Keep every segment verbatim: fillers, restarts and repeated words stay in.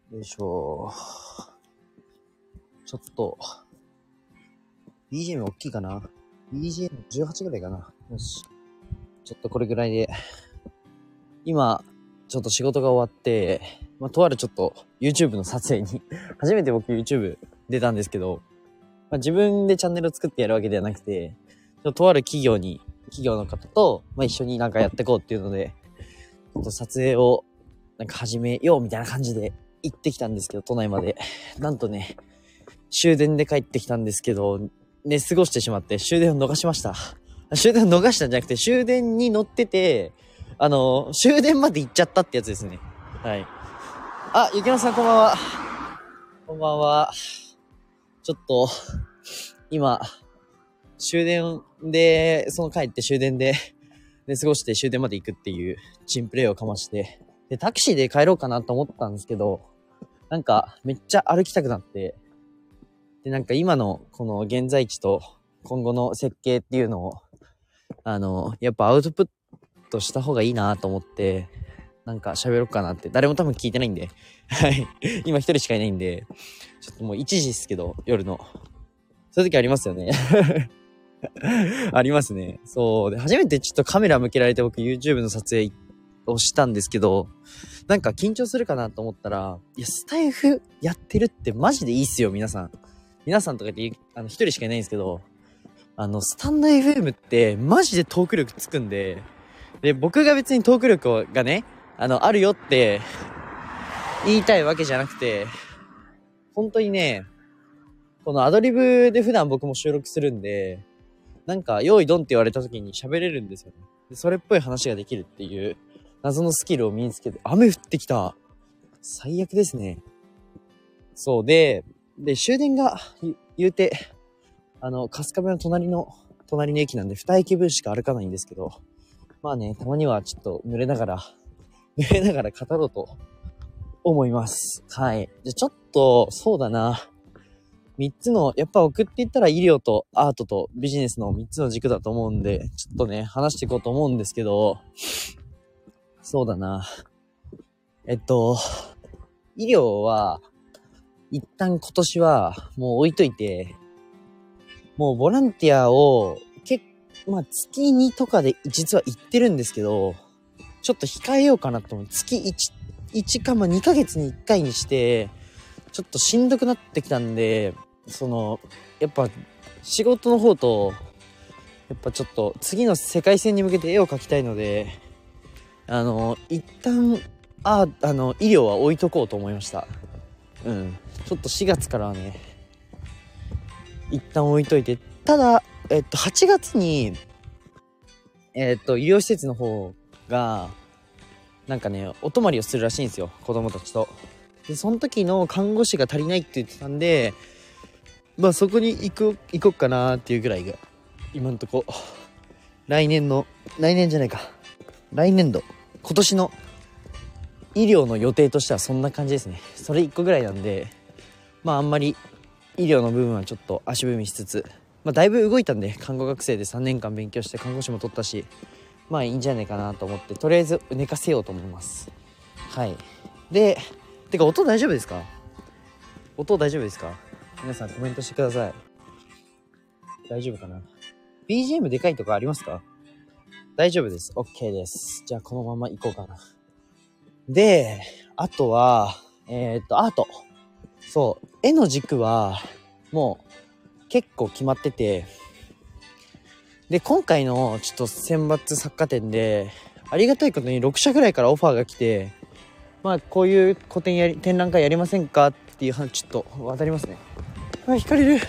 よいしょ。ちょっと、ビージーエム 大きいかな ?ビージーエムじゅうはち ぐらいかな。よし。ちょっとこれぐらいで。今、ちょっと仕事が終わって、まあ、とあるちょっと YouTube の撮影に、初めて僕 YouTube 出たんですけど、まあ、自分でチャンネルを作ってやるわけではなくて、とある企業に、企業の方と、まあ、一緒になんかやっていこうっていうので、ちょっと撮影をなんか始めようみたいな感じで行ってきたんですけど、都内まで。なんとね、終電で帰ってきたんですけど、寝過ごしてしまって終電を逃しました。終電を逃したんじゃなくて、終電に乗ってて、あの、終電まで行っちゃったってやつですね。はい。あ、ゆきのさんこんばんは。こんばんは。ちょっと、今、終電で、その帰って終電で、寝過ごして終電まで行くっていうチンプレーをかまして、で、タクシーで帰ろうかなと思ったんですけど、なんか、めっちゃ歩きたくなって、で、なんか今のこの現在地と今後の設計っていうのを、あの、やっぱアウトプットした方がいいなと思って、なんか喋ろうかなって、誰も多分聞いてないんで、はい。今一人しかいないんで、ちょっともういちじですけど、夜の。そういう時ありますよね。ありますね。そう。で、初めてちょっとカメラ向けられて僕 YouTube の撮影をしたんですけど、なんか緊張するかなと思ったら、いや、スタイフやってるってマジでいいっすよ、皆さん。皆さんとかってあの一人しかいないんですけど、あのスタンド エフエム ってマジでトーク力つくんで、で僕が別にトーク力がねあのあるよって言いたいわけじゃなくて、本当にねこのアドリブで普段僕も収録するんで、なんか用意ドンって言われた時に喋れるんですよね。でそれっぽい話ができるっていう謎のスキルを身につけて、雨降ってきた。最悪ですね。そうでで終電が言うてあの春日部の隣の隣の駅なんでに駅分しか歩かないんですけど、まあね、たまにはちょっと濡れながら濡れながら語ろうと思います。はい。じゃちょっとそうだな、みっつのやっぱ送っていったら医療とアートとビジネスのみっつの軸だと思うんで、ちょっとね話していこうと思うんですけど、そうだな、えっと医療は一旦今年はもう置いといて、もうボランティアを結まあ月にとかで実は行ってるんですけど、ちょっと控えようかなと思う。月いち、いちかまあにかげつにいっかいにしてちょっとしんどくなってきたんで、そのやっぱ仕事の方とやっぱちょっと次の世界戦に向けて絵を描きたいので、あの一旦ああの医療は置いとこうと思いました。うん。ちょっとしがつからはね一旦置いといて、ただえっとはちがつにえっと医療施設の方がなんかねお泊まりをするらしいんですよ、子供たちと。でその時の看護師が足りないって言ってたんで、まあそこに行く行こうかなっていうぐらいが今んとこ、来年の来年じゃないか来年度今年の医療の予定としてはそんな感じですね。それいっこぐらいなんで、まああんまり医療の部分はちょっと足踏みしつつ、まあだいぶ動いたんで、看護学生でさんねんかん勉強して看護師も取ったし、まあいいんじゃないかなと思って、とりあえず寝かせようと思います。はい。で、てか音大丈夫ですか？音大丈夫ですか？皆さんコメントしてください。大丈夫かな？ ビージーエム でかいとかありますか？大丈夫です。OK です。じゃあこのまま行こうかな。で、あとは、えー、っと、アート。そう、絵の軸はもう結構決まってて、で、今回のちょっと選抜作家展で、ありがたいことにろくしゃぐらいからオファーが来て、まあこういう個展やり、展覧会やりませんかっていう話、ちょっと渡りますね。あ、光る。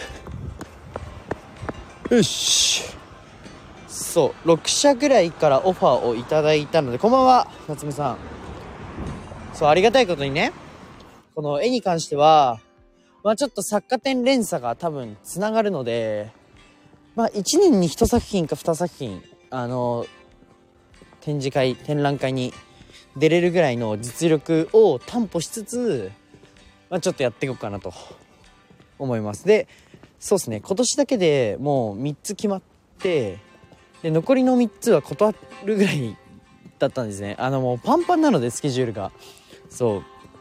よし。そう、ろくしゃぐらいからオファーをいただいたので、こんばんは、夏目さん。そう、ありがたいことにね、この絵に関しては、まあちょっと作家展連鎖が多分つながるので、まあいちねんにいち作品かに作品、あの、展示会、展覧会に出れるぐらいの実力を担保しつつ、まあちょっとやっていこうかなと思います。で、そうですね、今年だけでもうみっつ決まって、で、残りのみっつは断るぐらいだったんですね。あのもうパンパンなので、スケジュールが。そう。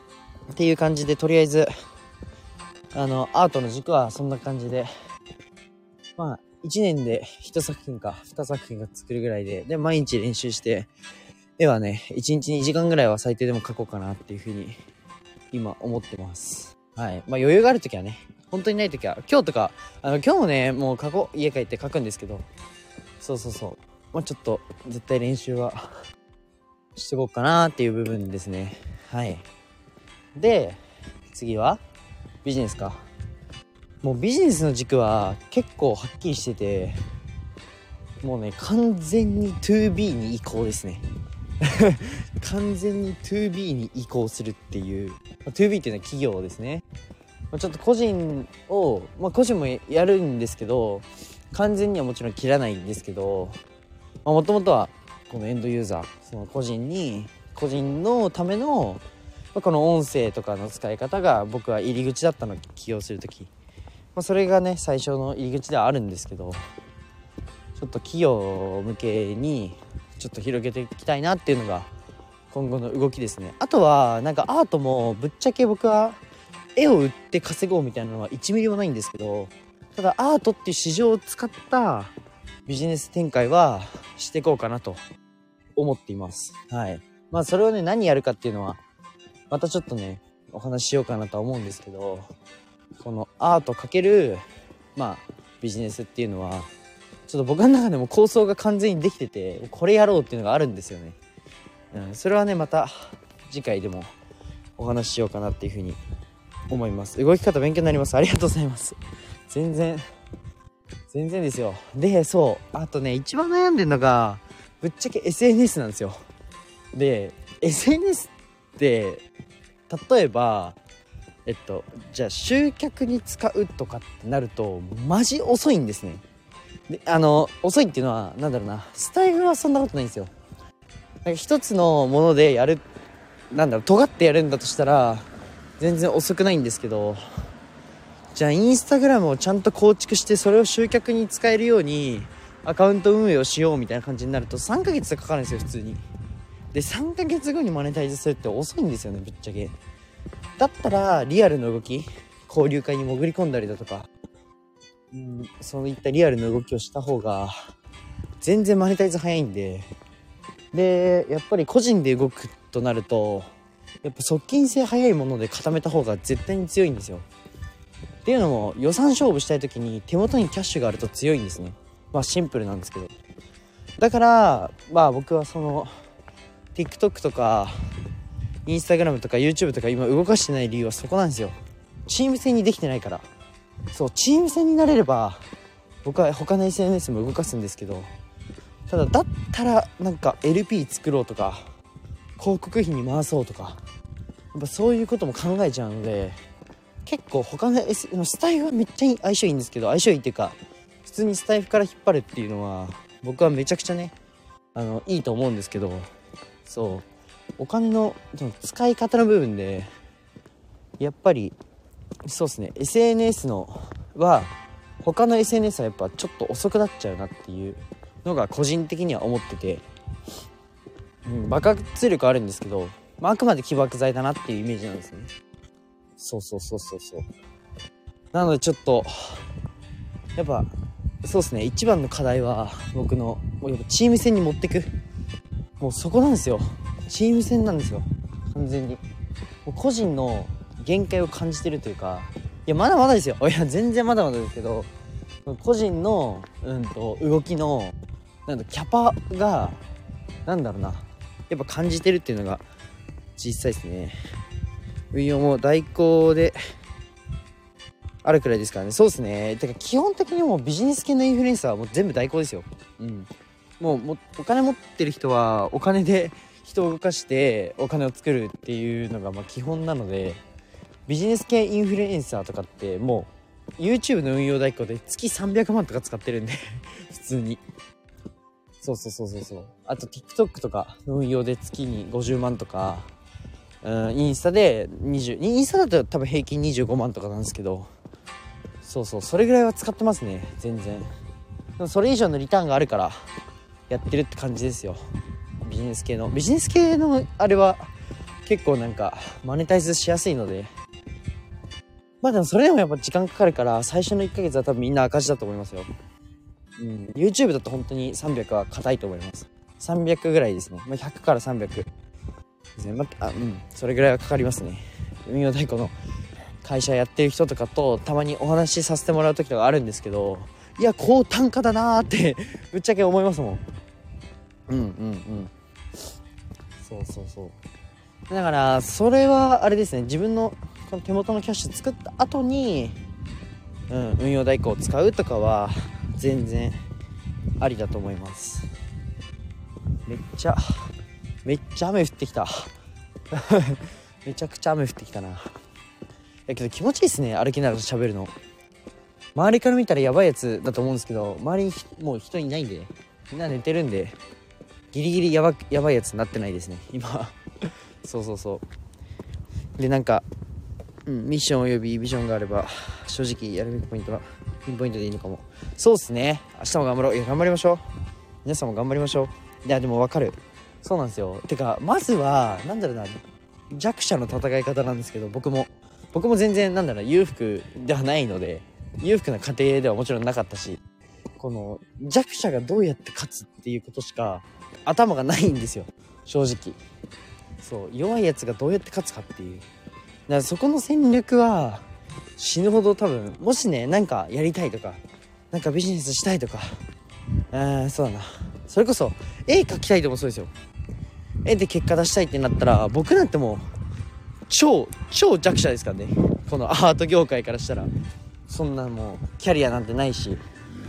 っていう感じで、とりあえずあのアートの軸はそんな感じで、まあいちねんでいち作品かに作品が作るぐらいで、で毎日練習して絵はねいちにちにじかんぐらいは最低でも描こうかなっていう風に今思ってます。はい。まあ余裕があるときはね、本当にないときは、今日とかあの今日もねもう描こう、家帰って描くんですけど、そうそうそう、まあちょっと絶対練習はしていこうかなっていう部分ですね。はい。で次はビジネスか。もうビジネスの軸は結構はっきりしてて、もうね完全に トゥービー に移行ですね完全に トゥービー に移行するっていう、 トゥービー っていうのは企業ですね。ちょっと個人を、まあ個人もやるんですけど、完全にはもちろん切らないんですけど、もともとはこのエンドユーザー、その個人に個人のためのこの音声とかの使い方が僕は入り口だったの、起業するとき、まあ、それがね最初の入り口ではあるんですけど、ちょっと企業向けにちょっと広げていきたいなっていうのが今後の動きですね。あとはなんかアートもぶっちゃけ僕は絵を売って稼ごうみたいなのはいちミリもないんですけど、ただアートっていう市場を使ったビジネス展開はしていこうかなと思っています。はい。まあそれをね何やるかっていうのはまたちょっとねお話ししようかなとは思うんですけど、このアートかけるまあビジネスっていうのはちょっと僕の中でも構想が完全にできてて、これやろうっていうのがあるんですよね。うん、それはねまた次回でもお話ししようかなっていうふうに思います。動き方勉強になります。ありがとうございます。全然全然ですよ。でそうあとね一番悩んでるのがぶっちゃけ エスエヌエス なんですよ。で エスエヌエス って例えばえっとじゃあ集客に使うとかってなるとマジ遅いんですね。であの遅いっていうのはなんだろうな、スタイルはそんなことないんですよ。なんか一つのものでやる、なんだろう、尖ってやるんだとしたら全然遅くないんですけど、じゃあインスタグラムをちゃんと構築してそれを集客に使えるようにアカウント運営をしようみたいな感じになるとさんかげつかかるんですよ普通に。でさんかげつごにマネタイズするって遅いんですよねぶっちゃけ。だったらリアルの動き、交流会に潜り込んだりだとか、うん、そういったリアルの動きをした方が全然マネタイズ早いんで、でやっぱり個人で動くとなるとやっぱ側近性早いもので固めた方が絶対に強いんですよ。っていうのも予算勝負したい時に手元にキャッシュがあると強いんですね。まあシンプルなんですけど、だからまあ僕はその TikTok とか Instagram とか YouTube とか今動かしてない理由はそこなんですよ。チーム戦にできてないから。そう、チーム戦になれれば僕は他の エスエヌエス も動かすんですけど、ただだったらなんか エルピー 作ろうとか広告費に回そうとか、やっぱそういうことも考えちゃうので、結構他の S スタイフはめっちゃ相性いいんですけど、相性いいっていうか普通にスタイフから引っ張るっていうのは僕はめちゃくちゃねあのいいと思うんですけど、そうお金のその使い方の部分でやっぱりそうですね エスエヌエス のは他の エスエヌエス はやっぱちょっと遅くなっちゃうなっていうのが個人的には思ってて、うん、爆発力あるんですけど、まあ、あくまで起爆剤だなっていうイメージなんですね。そうそうそうそうそう。なのでちょっとやっぱそうですね、一番の課題は僕のもうやっぱチーム戦に持ってく、もうそこなんですよ。チーム戦なんですよ完全に。もう個人の限界を感じてるというか、いやまだまだですよ、いや全然まだまだですけど、個人の、うん、と動きのなんだキャパがなんだろうな、やっぱ感じてるっていうのが実際ですね。運用も代行であるくらいですからね。そうですね。てか基本的にもうビジネス系のインフルエンサーはもう全部代行ですよ。うん。もうもお金持ってる人はお金で人を動かしてお金を作るっていうのがまあ基本なので、ビジネス系インフルエンサーとかってもう YouTube の運用代行で月さんびゃくまんとか使ってるんで普通に。そうそうそうそうそう。あと TikTok とかの運用で月にごじゅうまんとか、うん、インスタでにじゅう、インスタだと多分平均にじゅうごまんとかなんですけど、そうそう、それぐらいは使ってますね全然。でもそれ以上のリターンがあるからやってるって感じですよ。ビジネス系のビジネス系のあれは結構なんかマネタイズしやすいので、まあでもそれでもやっぱ時間かかるから、最初のいっかげつは多分みんな赤字だと思いますよ。うん、YouTube だと本当にさんびゃくは硬いと思います。さんびゃくぐらいですね。まあ、ひゃくからさんびゃくですね。まあ、うん、それぐらいはかかりますね。運用代行の会社やってる人とかとたまにお話しさせてもらう時とかあるんですけど、いや高単価だなーってぶっちゃけ思いますもん。うんうんうん。そうそうそう。だからそれはあれですね、自分のこの手元のキャッシュ作った後に、うん、運用代行を使うとかは全然ありだと思います。めっちゃめっちゃ雨降ってきためちゃくちゃ雨降ってきたな。だけど気持ちいいですね、歩きながら喋るの。周りから見たらやばいやつだと思うんですけど、周りにもう人いないんで、みんな寝てるんで、ギリギリやばやばいやつになってないですね今そうそうそう。でなんか、うん、ミッションおよびビジョンがあれば正直やるべきポイントはピンポイントでいいのかも。そうですね、明日も頑張ろう。いや頑張りましょう、皆さんも頑張りましょう。いやでも分かる、そうなんですよ。てかまずはなんだろうな、弱者の戦い方なんですけど、僕も僕も全然なんだろう、裕福ではないので、裕福な家庭ではもちろんなかったし、この弱者がどうやって勝つっていうことしか頭がないんですよ正直。そう、弱いやつがどうやって勝つかっていう、だからそこの戦略は死ぬほど多分、もしねなんかやりたいとか、なんかビジネスしたいとか、あーそうだな、それこそ絵描きたいともそうですよ。絵で結果出したいってなったら、僕なんてもう超超弱者ですからね、このアート業界からしたら。そんなもうキャリアなんてないし、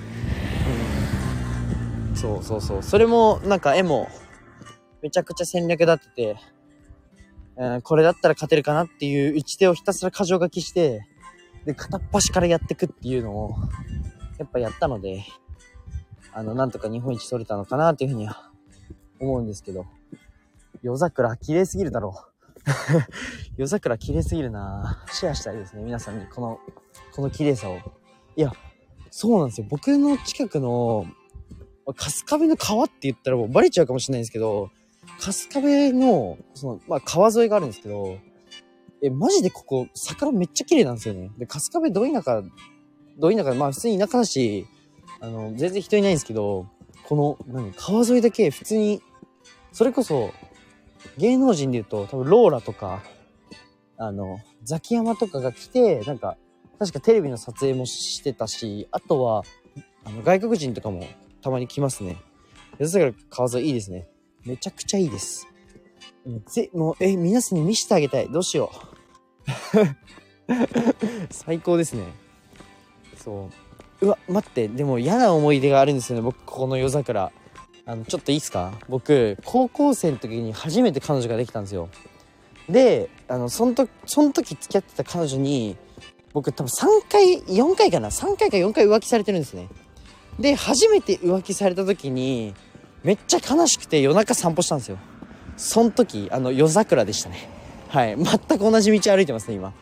うん、そうそうそう。それもなんか絵もめちゃくちゃ戦略立ってて、うん、これだったら勝てるかなっていう打ち手をひたすら箇条書きして、で片っ端からやってくっていうのをやっぱやったので、あのなんとか日本一取れたのかなっていうふうには思うんですけど、夜桜綺麗すぎるだろう夜桜綺麗すぎるな。シェアしたいですね、皆さんにこのこの綺麗さを。いやそうなんですよ、僕の近くの春日部の川って言ったらもうバレちゃうかもしれないんですけど、春日部のその、まあ、川沿いがあるんですけど、えマジでここ桜めっちゃ綺麗なんですよね。で春日部ど田舎ど田舎まあ普通に田舎だし、あの全然人いないんですけど、この何川沿いだけ普通に、それこそ芸能人で言うと多分ローラとかあのザキヤマとかが来て、なんか確かテレビの撮影もしてたし、あとはあの外国人とかもたまに来ますね。夜桜川沿いいいですね、めちゃくちゃいいです。ぜもうえ皆さんに見せてあげたい、どうしよう最高ですね。そううわ待って、でも嫌な思い出があるんですよね、僕この夜桜。あのちょっといいっすか、僕高校生の時に初めて彼女ができたんですよ。であのその時その時付き合ってた彼女に僕多分さんかいよんかいかなさんかいかよんかい浮気されてるんですね。で初めて浮気された時にめっちゃ悲しくて夜中散歩したんですよ。その時あの夜桜でしたね。はい、全く同じ道歩いてますね今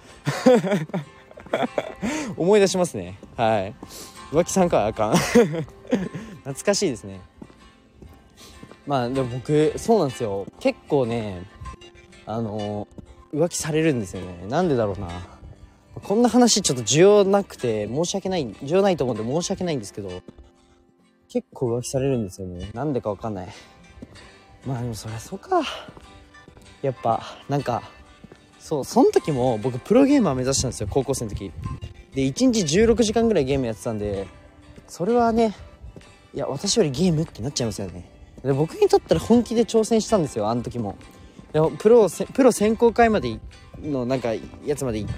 思い出しますね。はい、浮気さんかあかん懐かしいですね。まあでも僕そうなんですよ、結構ねあの浮気されるんですよね。なんでだろうな、こんな話ちょっと需要なくて申し訳ない需要ないと思うんで申し訳ないんですけど、結構浮気されるんですよね。なんでかわかんない。まあでもそりゃそうか、やっぱなんかそう、その時も僕プロゲーマー目指したんですよ、高校生の時で。いちにちじゅうろくじかんぐらいゲームやってたんで、それはね、いや私よりゲームってなっちゃいますよね。で僕にとったら本気で挑戦したんですよ、あの時も。でもプロプロ選考会までのなんかやつまで行って、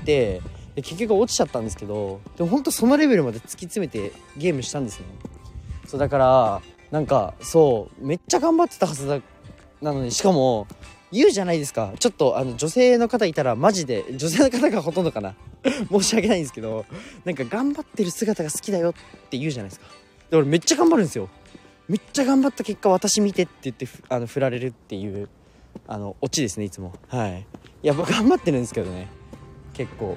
で結局落ちちゃったんですけど、でも本当そのレベルまで突き詰めてゲームしたんですね。そうだからなんかそうめっちゃ頑張ってたはずだなのに、しかも言うじゃないですか、ちょっとあの女性の方いたらマジで、女性の方がほとんどかな申し訳ないんですけど、なんか頑張ってる姿が好きだよって言うじゃないですか。で俺めっちゃ頑張るんですよ。めっちゃ頑張った結果私見てって言ってあの振られるっていうあのオチですねいつも。はい、いや僕頑張ってるんですけどね結構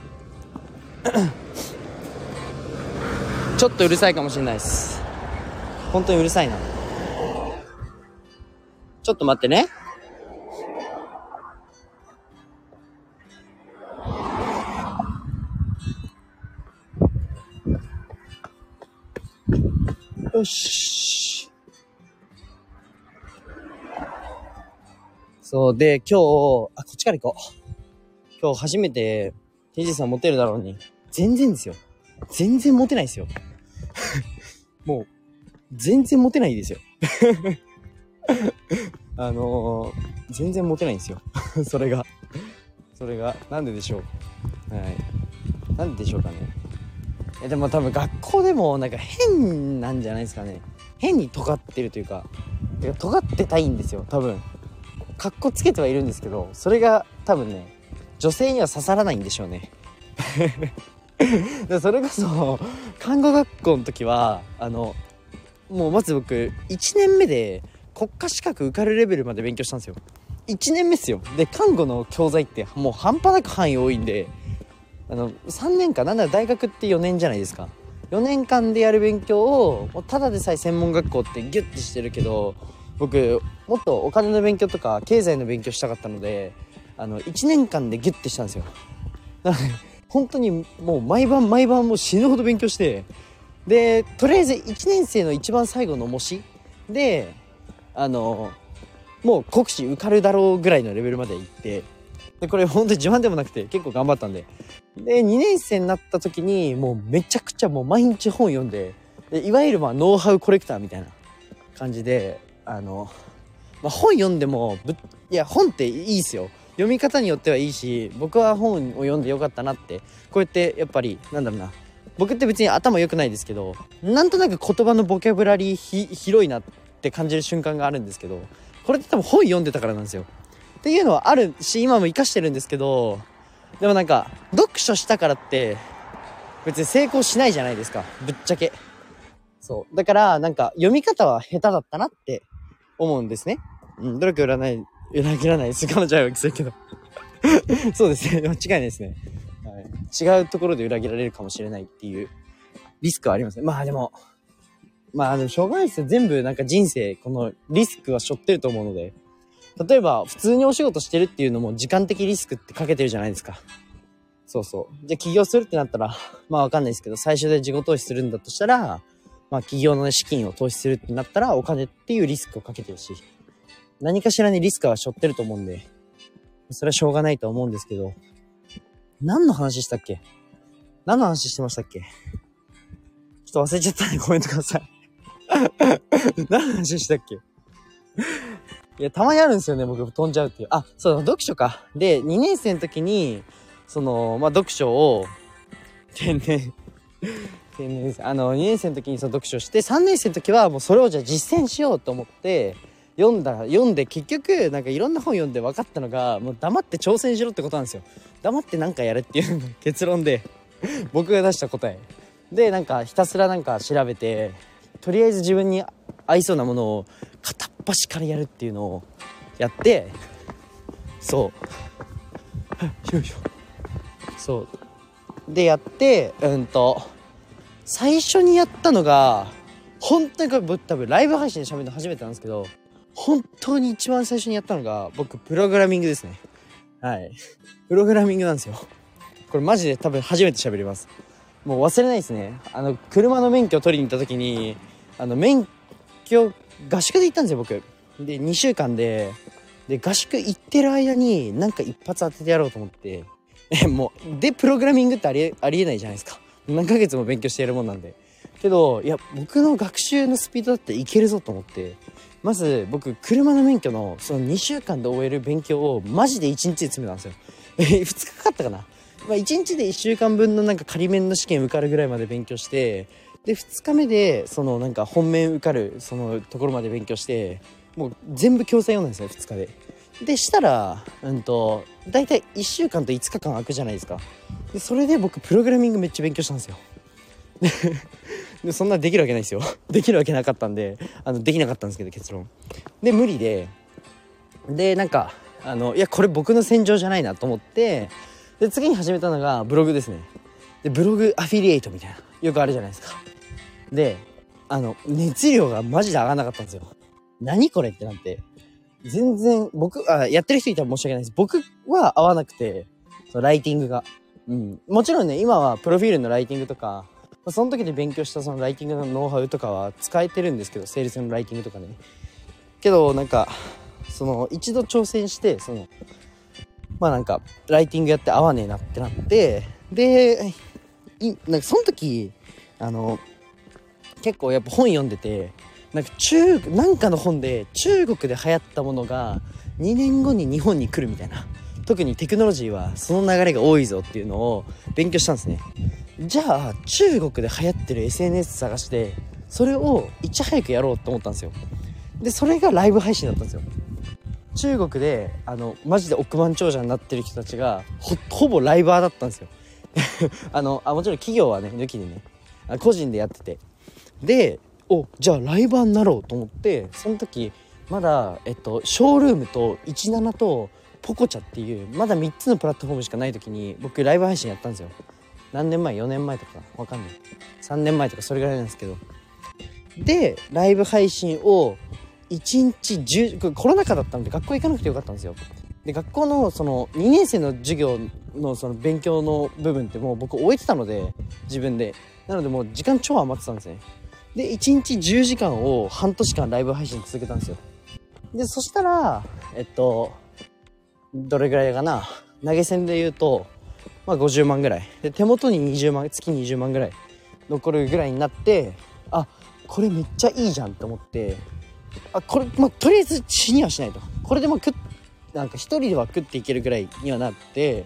ちょっとうるさいかもしれないです、本当にうるさいな。ちょっと待ってね。 よし。そうで、今日、あ、こっちから行こう。今日初めて、テイジさんモテるだろうに。全然ですよ。全然モテないですよ。もう、全然モテないですよ。あのー、全然モテないんですよ。それが。それが、なんででしょう。はい。なんででしょうかね。え、でも多分学校でもなんか変なんじゃないですかね。変に尖ってるというか、いや尖ってたいんですよ、多分。かっこつけてはいるんですけど、それが多分ね、女性には刺さらないんでしょうね。でそれこそ、看護学校の時は、あの、もうまず僕、いちねんめで国家資格受かるレベルまで勉強したんですよ。いちねんめっすよ。で、看護の教材ってもう半端なく範囲多いんで、あの、さんねんかん、なんなら大学ってよねんじゃないですか。よねんかんでやる勉強を、もうただでさえ専門学校ってギュッてしてるけど、僕、もっとお金の勉強とか経済の勉強したかったので、あの、いちねんかんでギュッてしたんですよ。なので、本当にもう毎晩毎晩もう死ぬほど勉強して、で、とりあえずいちねん生の一番最後の模試で、あの、もう国試受かるだろうぐらいのレベルまで行って、で、これ本当に自慢でもなくて結構頑張ったんで。で、にねん生になった時にもうめちゃくちゃもう毎日本読んで、でいわゆるまあノウハウコレクターみたいな感じで、あの、まあ、本読んでもぶ、いや本っていいっすよ。読み方によってはいいし、僕は本を読んでよかったなって、こうやってやっぱり、なんだろうな。僕って別に頭良くないですけど、なんとなく言葉のボキャブラリーひ広いなって感じる瞬間があるんですけど、これって多分本読んでたからなんですよ。っていうのはあるし、今も活かしてるんですけど、でもなんか、読書したからって、別に成功しないじゃないですか。ぶっちゃけ。そう。だから、なんか、読み方は下手だったなって思うんですね。うん、努力裏ない、裏切らないです。彼女はわけするけど。そうですね。間違いないですね。はい。違うところで裏切られるかもしれないっていうリスクはありますね。まあでも、まあでも、しょうがないですよ。全部なんか人生、このリスクは背負ってると思うので。例えば、普通にお仕事してるっていうのも時間的リスクってかけてるじゃないですか。そうそう。じゃあ起業するってなったら、まあわかんないですけど、最初で自己投資するんだとしたら、まあ企業の、ね、資金を投資するってなったら、お金っていうリスクをかけてるし、何かしらにリスクは背負ってると思うんで、それはしょうがないと思うんですけど、何の話したっけ？何の話してましたっけ？ちょっと忘れちゃったんでコメントください。何の話したっけ？いや、たまにあるんですよね、僕飛んじゃうっていう。あ、そうだ、読書か。で、にねん生の時に、その、まあ、読書を、天然、天然です。あの、にねん生の時にその読書して、さんねん生の時はもうそれをじゃあ実践しようと思って、読んだ、読んで結局、なんかいろんな本読んで分かったのが、もう黙って挑戦しろってことなんですよ。黙ってなんかやれっていう結論で、僕が出した答え。で、なんかひたすらなんか調べて、とりあえず自分に合いそうなものを片っ端からやるっていうのをやって、そうよいしょそうでやって、うんと最初にやったのが本当にこれ僕多分ライブ配信で喋るの初めてなんですけど、本当に一番最初にやったのが僕プログラミングですね。はい、プログラミングなんですよ。これマジで多分初めて喋ります。もう忘れないですね。あの車の免許を取りに行った時に、あの免許合宿で行ったんですよ僕で。にしゅうかんでで合宿行ってる間になんか一発当ててやろうと思って、えもうでプログラミングってありえ、ありえないじゃないですか。何ヶ月も勉強してやるもんなんで。けどいや僕の学習のスピードだっていけるぞと思って、まず僕車の免許のそのにしゅうかんで終える勉強をマジでいちにちで詰めたんですよ。えふつかかかったかな。まあ、いちにちでいっしゅうかんぶんのなんか仮免の試験受かるぐらいまで勉強して、でふつかめでそのなんか本面受かるそのところまで勉強して、もう全部教材読んだんですよふつかで。でしたらうんとだいたいいっしゅうかんといつかかん空くじゃないですか。でそれで僕プログラミングめっちゃ勉強したんですよ。でそんなできるわけないですよ。できるわけなかったんで、あのできなかったんですけど結論で無理で、でなんかあのいやこれ僕の戦場じゃないなと思って、で次に始めたのがブログですね。でブログアフィリエイトみたいなよくあるじゃないですか。であの熱量がマジで上がらなかったんですよ。何これってなって、全然僕あやってる人いたら申し訳ないです。僕は合わなくて、そのライティングが、うん、もちろんね今はプロフィールのライティングとかあ、その時で勉強したそのライティングのノウハウとかは使えてるんですけど、セールスのライティングとかね。けどなんかその一度挑戦してそのまあなんかライティングやって合わねえなってなって、でいなんかその時あの結構やっぱ本読んでて、なんか中なんかの本で中国で流行ったものがにねんごに日本に来るみたいな、特にテクノロジーはその流れが多いぞっていうのを勉強したんですね。じゃあ中国で流行ってる エスエヌエス 探してそれをいち早くやろうと思ったんですよ。でそれがライブ配信だったんですよ。中国であのマジで億万長者になってる人たちが ほ, ほぼライバーだったんですよあのあもちろん企業はね抜きでね、個人でやってて、でおじゃあライバーになろうと思って、その時まだえっとショールームとじゅうななとポコチャっていうまだみっつのプラットフォームしかない時に僕ライブ配信やったんですよ。何年前よねんまえとかわかんない、さんねんまえとかそれぐらいなんですけど、でライブ配信をいちにちじゅうコロナ禍だったので学校行かなくてよかったんですよ。で学校のそのにねん生の授業のその勉強の部分ってもう僕終えてたので自分で、なのでもう時間超余ってたんですね。でいちにちじゅうじかんを半年間ライブ配信続けたんですよ。でそしたらえっとどれぐらいかな、投げ銭で言うとまあごじゅうまんぐらいで、手元ににじゅうまん、月にじゅうまんぐらい残るぐらいになって、あこれめっちゃいいじゃんって思って、あこれまあとりあえず死にはしないと、これでも食っなんか一人では食っていけるぐらいにはなって、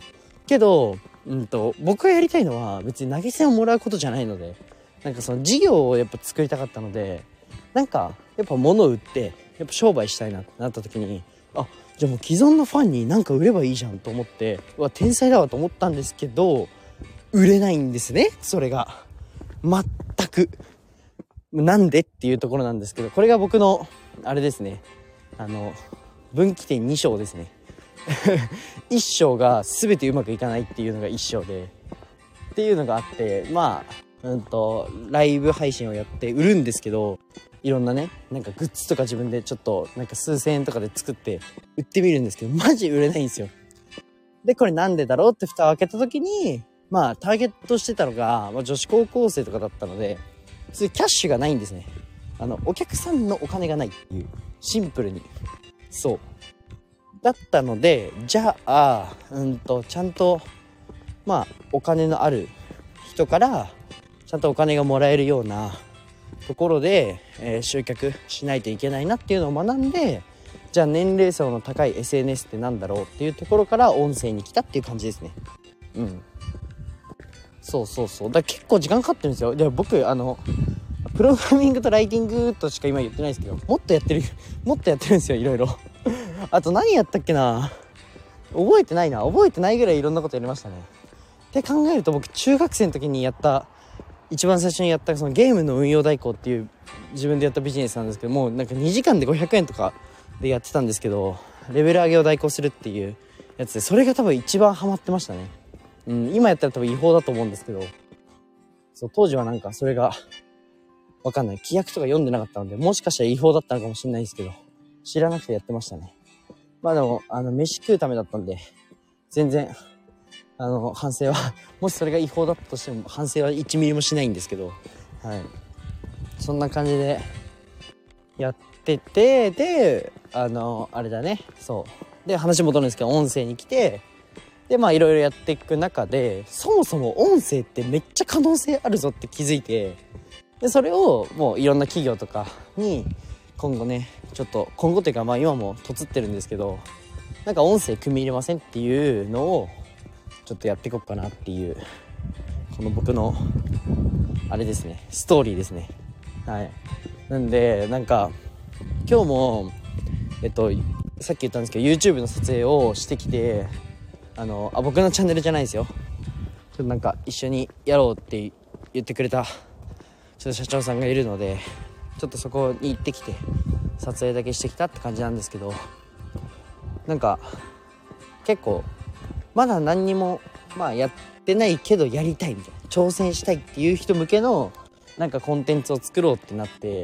けどうんと僕がやりたいのは別に投げ銭をもらうことじゃないので、なんかその事業をやっぱ作りたかったので、なんかやっぱ物を売ってやっぱ商売したいなってなった時に、あじゃあもう既存のファンになんか売ればいいじゃんと思って、うわ天才だわと思ったんですけど、売れないんですね、それが全く。なんでっていうところなんですけど、これが僕のあれですね、あの分岐点に章ですねいっ章が全てうまくいかないっていうのがいっ章でっていうのがあって、まあうんとライブ配信をやって売るんですけど、いろんなねなんかグッズとか自分でちょっとなんか数千円とかで作って売ってみるんですけど、マジ売れないんですよ。でこれなんでだろうって蓋を開けた時に、まあターゲットしてたのが、まあ、女子高校生とかだったので、そういうキャッシュがないんですね。あのお客さんのお金がないっていう、シンプルにそうだったので、じゃあうんとちゃんとまあお金のある人からちゃんとお金がもらえるようなところで、えー、集客しないといけないなっていうのを学んで、じゃあ年齢層の高い エスエヌエス ってなんだろうっていうところから音声に来たっていう感じですね。うんそうそうそう、だから結構時間かかってるんですよ。で僕あのプログラミングとライティングとしか今言ってないですけど、もっとやってるもっとやってるんですよ、いろいろあと何やったっけな、覚えてないな覚えてないぐらいいろんなことやりましたね。って考えると僕中学生の時にやった一番最初にやったそのゲームの運用代行っていう自分でやったビジネスなんですけども、なんかにじかんでごひゃくえんとかでやってたんですけど、レベル上げを代行するっていうやつで、それが多分一番ハマってましたね。うん、今やったら多分違法だと思うんですけど、そう当時はなんかそれがわかんない、規約とか読んでなかったので、もしかしたら違法だったのかもしれないですけど、知らなくてやってましたね。まあでもあの飯食うためだったんで全然あの反省はもしそれが違法だったとしても反省はいちミリもしないんですけど、はい、そんな感じでやってて、であのあれだね、そうで話戻るんですけど、音声に来て、でまあいろいろやっていく中で、そもそも音声ってめっちゃ可能性あるぞって気づいて、でそれをもういろんな企業とかに今後ね、ちょっと今後というかまあ今もとつってるんですけど、なんか音声組み入れませんっていうのをちょっとやっていこうかなっていう、この僕のあれですね、ストーリーですね。はい。なんでなんか今日もえっとさっき言ったんですけど YouTube の撮影をしてきて、あのあ僕のチャンネルじゃないですよ、ちょっとなんか一緒にやろうって言ってくれたちょっと社長さんがいるので、ちょっとそこに行ってきて撮影だけしてきたって感じなんですけど、なんか結構まだ何にもまあやってないけどやりたいみたいな、挑戦したいっていう人向けのなんかコンテンツを作ろうってなって、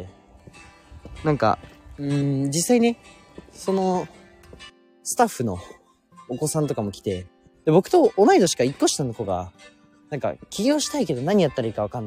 なんかうーん実際ね、そのスタッフのお子さんとかも来て、で僕と同い年かいっこ下の子がなんか起業したいけど何やったらいいか分かんない、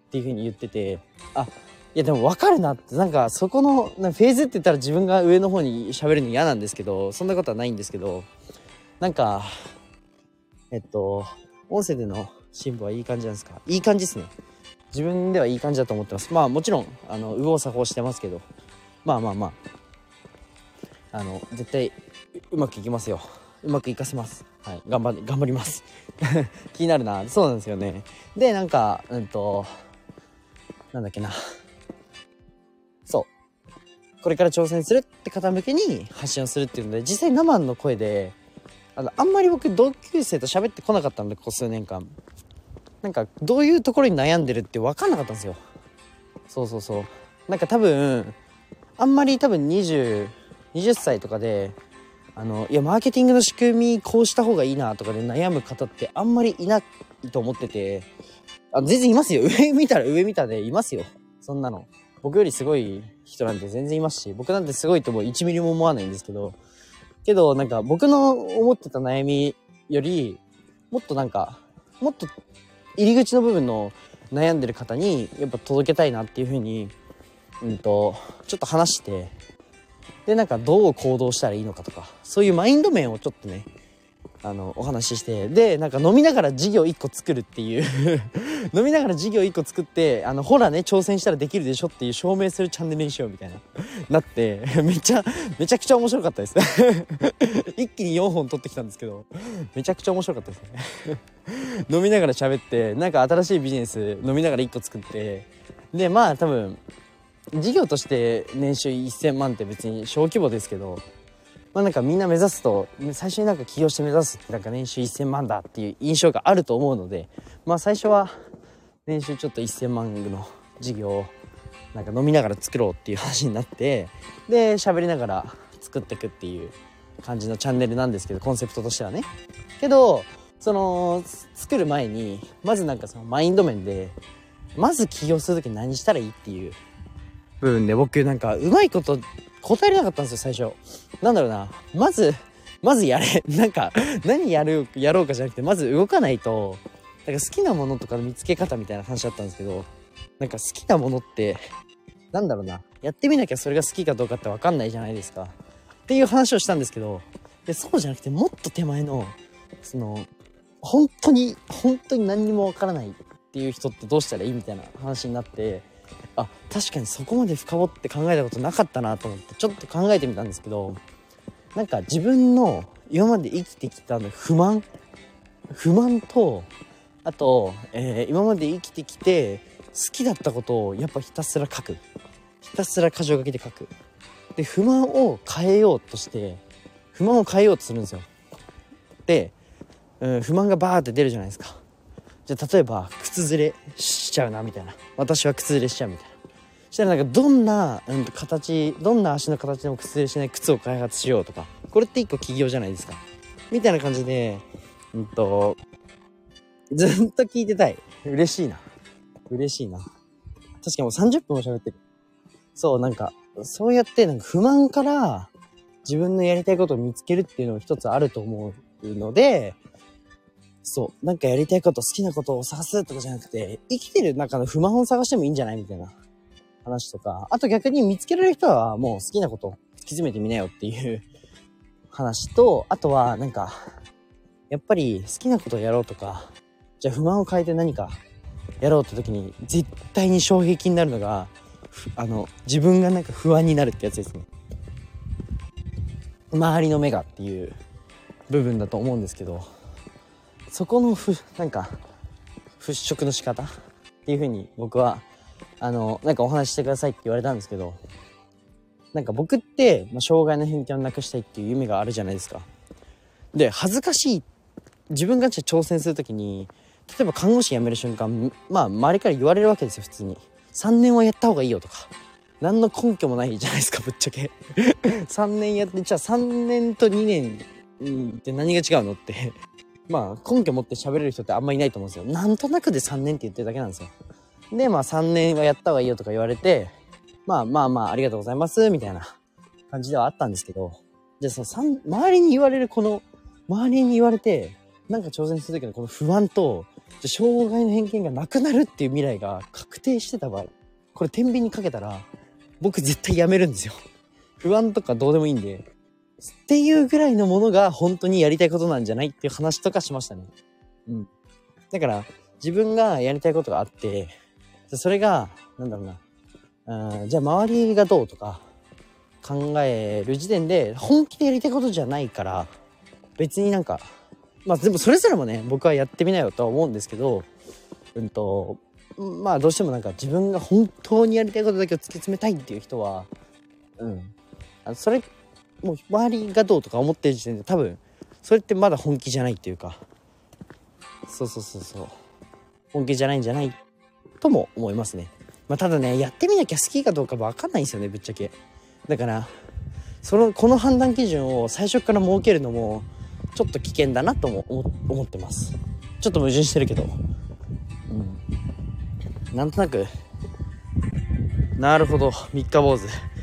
っていう風に言ってて、あ、いやでも分かるなって、なんかそこのなんかフェーズって言ったら自分が上の方に喋るの嫌なんですけど、そんなことはないんですけど、なんかえっと音声での進歩はいい感じなんですか？いい感じですね。自分ではいい感じだと思ってます。まあもちろんあの右往左往してますけど、まあまあまああの絶対うまくいきますよ。うまくいかせます。はい、頑張り頑張ります気になるな。そうなんですよね。でなんかうんとなんだっけな、そうこれから挑戦するって方向けに発信をするっていうので、実際生の声であのあんまり僕同級生と喋ってこなかったので、ここ数年間なんかどういうところに悩んでるって分かんなかったんですよ。そうそうそう、なんか多分あんまり多分にじゅう、はたちとかであのいやマーケティングの仕組みこうした方がいいなとかで悩む方ってあんまりいないと思ってて、あ全然いますよ。上見たら上見たでいますよ。そんなの僕よりすごい人なんて全然いますし、僕なんてすごいともういちミリも思わないんですけど、けどなんか僕の思ってた悩みよりもっとなんかもっと入り口の部分の悩んでる方にやっぱ届けたいなっていう風にうんとちょっと話して、でなんかどう行動したらいいのかとか、そういうマインド面をちょっとねあのお話しして、でなんか飲みながら事業いっこ作るっていう飲みながら事業いっこ作って、あのほらね挑戦したらできるでしょっていう証明するチャンネルにしようみたいななってめちゃめちゃくちゃ面白かったです一気によんほん撮ってきたんですけど、めちゃくちゃ面白かったですね飲みながら喋って、なんか新しいビジネス飲みながらいっこ作って、でまあ多分事業として年収せんまんって別に小規模ですけど、まあなんかみんな目指すと最初になんか起業して目指すってなんか年収せんまんだっていう印象があると思うので、まあ最初は年収ちょっとせんまんの事業をなんか飲みながら作ろうっていう話になって、で喋りながら作っていくっていう感じのチャンネルなんですけど、コンセプトとしてはね。けどその作る前にまずなんかそのマインド面でまず起業するとき何したらいいっていう部分で、僕なんかうまいこと答えれなかったんですよ最初。なんだろうな、まずまずやれなんか何やるやろうかじゃなくて、まず動かないと、なんか好きなものとかの見つけ方みたいな話だったんですけど、なんか好きなものってなんだろうな、やってみなきゃそれが好きかどうかって分かんないじゃないですかっていう話をしたんですけど、でそうじゃなくてもっと手前のその本当に本当に何にも分からないっていう人ってどうしたらいいみたいな話になって、あ確かにそこまで深掘って考えたことなかったなと思ってちょっと考えてみたんですけど、なんか自分の今まで生きてきたの不満不満と、あと、えー、今まで生きてきて好きだったことをやっぱひたすら書く、ひたすら箇条書きで書く。で不満を変えようとして不満を変えようとするんですよ。で、うん、不満がバーって出るじゃないですか。じゃあ例えば靴ずれしちゃうなみたいな、私は靴ずれしちゃうみたいな、そしたらなんかどんな、うん、形どんな足の形でも靴ずれしない靴を開発しようとか、これって一個起業じゃないですかみたいな感じで、うんとずっと聞いてたい。嬉しいな嬉しいな確かにもうさんじゅっぷんも喋ってる。そうなんかそうやってなんか不満から自分のやりたいことを見つけるっていうのも一つあると思うので、そうなんかやりたいこと好きなことを探すとかじゃなくて、生きてる中の不満を探してもいいんじゃないみたいな話とか、あと逆に見つけられる人はもう好きなことを突き詰めてみなよっていう話と、あとはなんかやっぱり好きなことをやろうとか、じゃあ不満を変えて何かやろうって時に絶対に障壁になるのがあの自分がなんか不安になるってやつですね。周りの目がっていう部分だと思うんですけど、そこのふなんか払拭の仕方っていう風に僕はあのなんかお話ししてくださいって言われたんですけど、なんか僕って、まあ、障害の偏見をなくしたいっていう夢があるじゃないですか。で恥ずかしい、自分が挑戦するときに例えば看護師辞める瞬間、まあ周りから言われるわけですよ。普通にさんねんはやった方がいいよとか、何の根拠もないじゃないですかぶっちゃけさんねんやって、じゃあさんねんとにねんって何が違うのってまあ根拠持って喋れる人ってあんまいないと思うんですよ。なんとなくでさんねんって言ってるだけなんですよ。でまあさんねんはやった方がいいよとか言われて、まあまあまあありがとうございますみたいな感じではあったんですけど、じゃあそのさん周りに言われるこの周りに言われてなんか挑戦する時のこの不安とじゃ障害の偏見がなくなるっていう未来が確定してた場合、これ天秤にかけたら僕絶対やめるんですよ。不安とかどうでもいいんでっていうぐらいのものが本当にやりたいことなんじゃないっていう話とかしましたね。うん。だから自分がやりたいことがあって、それがなんだろうな、うん、じゃあ周りがどうとか考える時点で本気でやりたいことじゃないから、別になんかまあでもそれぞれもね僕はやってみなよとは思うんですけど、うんとまあどうしてもなんか自分が本当にやりたいことだけを突き詰めたいっていう人は、うんあのそれもう周りがどうとか思ってる時点で多分それってまだ本気じゃないっていうか、そうそうそうそう本気じゃないんじゃないとも思いますね。まあただねやってみなきゃ好きかどうか分かんないんですよねぶっちゃけ。だからそのこの判断基準を最初から設けるのもちょっと危険だなとも思ってます。ちょっと矛盾してるけど、うん、なんとなくなるほど三日坊主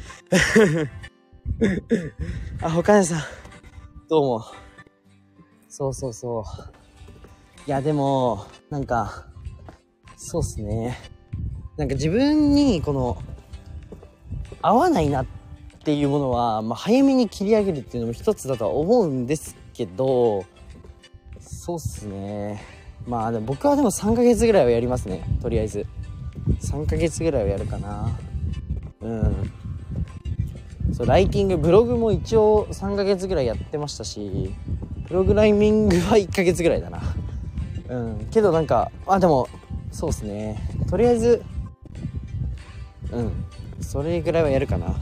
あ、他根さんどうも。そうそうそう、いやでもなんかそうっすね、なんか自分にこの合わないなっていうものは、まあ、早めに切り上げるっていうのも一つだとは思うんですけど、そうっすね、まあでも僕はでもさんかげつぐらいはやりますね。とりあえずさんかげつぐらいはやるかな。うんそうライティングブログも一応さんかげつぐらいやってましたし、プログラミングはいっかげつぐらいだな。うんけどなんかあでもそうっすね、とりあえずうんそれぐらいはやるかな。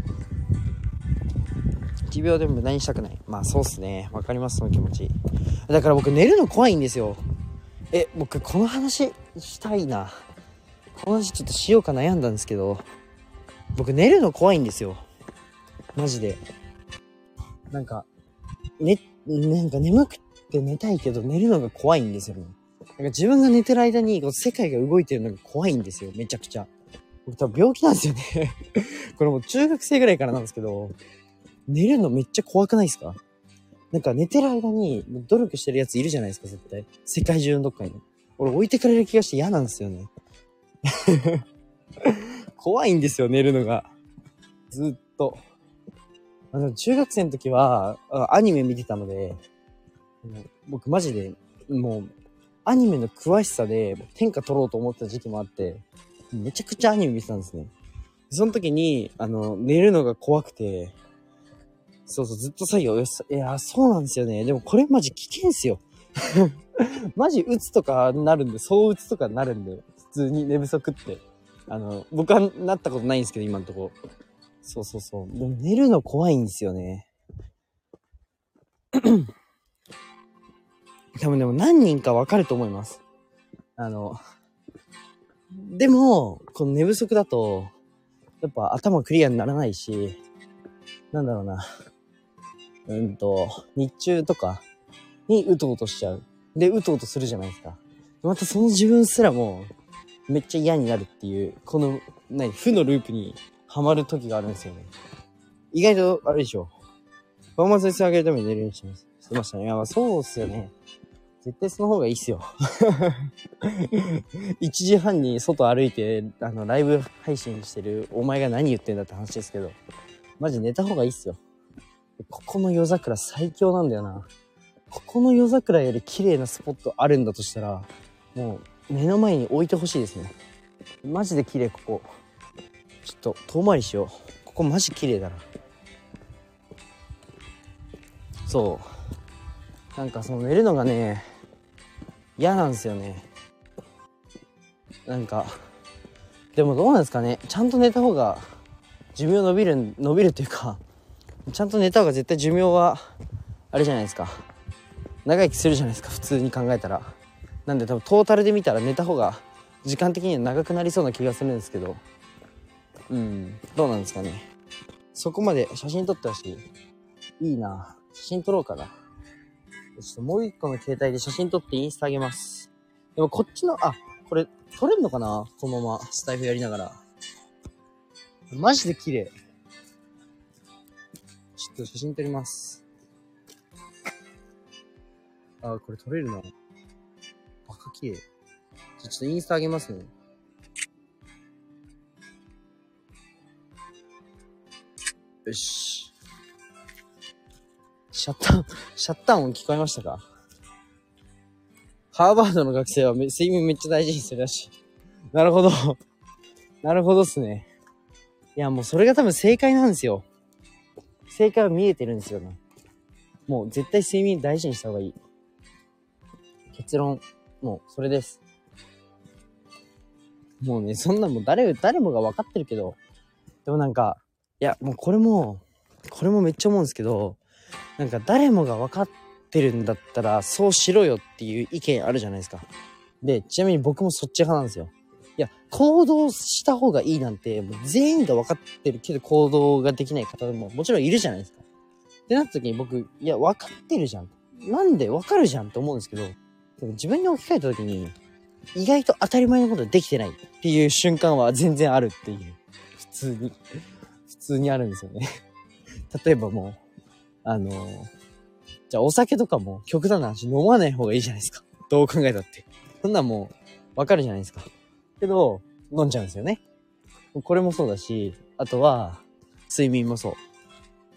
いちびょうでも無駄にしたくない。まあそうっすね、わかります、その気持ち。だから僕寝るの怖いんですよ。え僕この話したいな。この話ちょっとしようか悩んだんですけど、僕寝るの怖いんですよマジで。なんかねなんか眠くて寝たいけど寝るのが怖いんですよね。なんか自分が寝てる間にこう世界が動いてるのが怖いんですよ、めちゃくちゃ。僕多分病気なんですよねこれもう中学生ぐらいからなんですけど、寝るのめっちゃ怖くないですか？なんか寝てる間に努力してるやついるじゃないですか、絶対。世界中のどっかに。俺置いてかれる気がして嫌なんですよね怖いんですよ、寝るのが。ずっと。あの中学生の時はアニメ見てたので、僕マジでもうアニメの詳しさで天下取ろうと思ってた時期もあって、めちゃくちゃアニメ見てたんですね。その時にあの寝るのが怖くて、そうそうずっと作業、いやそうなんですよね。でもこれマジ危険っすよマジうつとかなるんで、そううつとかなるんで、普通に寝不足ってあの僕はなったことないんですけど今のところ。そうそうそう。でも寝るの怖いんですよね多分でも何人かわかると思います。あのでもこの寝不足だとやっぱ頭クリアにならないし、なんだろうな、うんと日中とかにうとうとしちゃう。でうとうとするじゃないですか。またその自分すらもめっちゃ嫌になるっていう、この何負のループにハマる時があるんですよね。意外とあれでしょ、パフォーマンスに上げるために寝るようにします。してましたね。いやまあそうっすよね。絶対その方がいいっすよいちじはんに外歩いてあのライブ配信してるお前が何言ってんだって話ですけど、マジ寝た方がいいっすよ。ここの夜桜最強なんだよな。ここの夜桜より綺麗なスポットあるんだとしたら、もう目の前に置いてほしいですね。マジで綺麗ここ。ちょっと遠回りしよう。ここマジ綺麗だな。そうなんかその寝るのがね嫌なんですよね。なんかでもどうなんですかね、ちゃんと寝た方が寿命伸びる伸びるっていうか、ちゃんと寝た方が絶対寿命はあれじゃないですか、長生きするじゃないですか普通に考えたら。なんで多分トータルで見たら寝た方が時間的には長くなりそうな気がするんですけど、うんどうなんですかね。そこまで写真撮ってほしい。いいな、写真撮ろうかな。ちょっともう一個の携帯で写真撮ってインスタあげます。でもこっちのあこれ撮れるのかな、このままスタイフやりながら。マジで綺麗。ちょっと写真撮ります。あこれ撮れるな。 バカ綺麗。じゃあちょっとインスタ上げますね。よし。シャッター、シャッター音聞こえましたか？ハーバードの学生は睡眠めっちゃ大事にするらしい。なるほど。なるほどっすね。いや、もうそれが多分正解なんですよ。正解は見えてるんですよね。もう絶対睡眠大事にした方がいい。結論、もうそれです。もうね、そんなもう誰、誰もが分かってるけど、でもなんか、いや、もうこれも、これもめっちゃ思うんですけど、なんか誰もが分かってるんだったら、そうしろよっていう意見あるじゃないですか。で、ちなみに僕もそっち派なんですよ。いや、行動した方がいいなんて、もう全員が分かってるけど行動ができない方ももちろんいるじゃないですか。ってなった時に僕、いや、分かってるじゃん。なんで分かるじゃんって思うんですけど、でも自分に置き換えた時に、意外と当たり前のことできてないっていう瞬間は全然あるっていう。普通に。普通にあるんですよね。例えばもう、あのー、じゃあお酒とかも極端な話飲まない方がいいじゃないですか。どう考えたって。そんなんもう、わかるじゃないですか。けど、飲んじゃうんですよね。これもそうだし、あとは、睡眠もそう。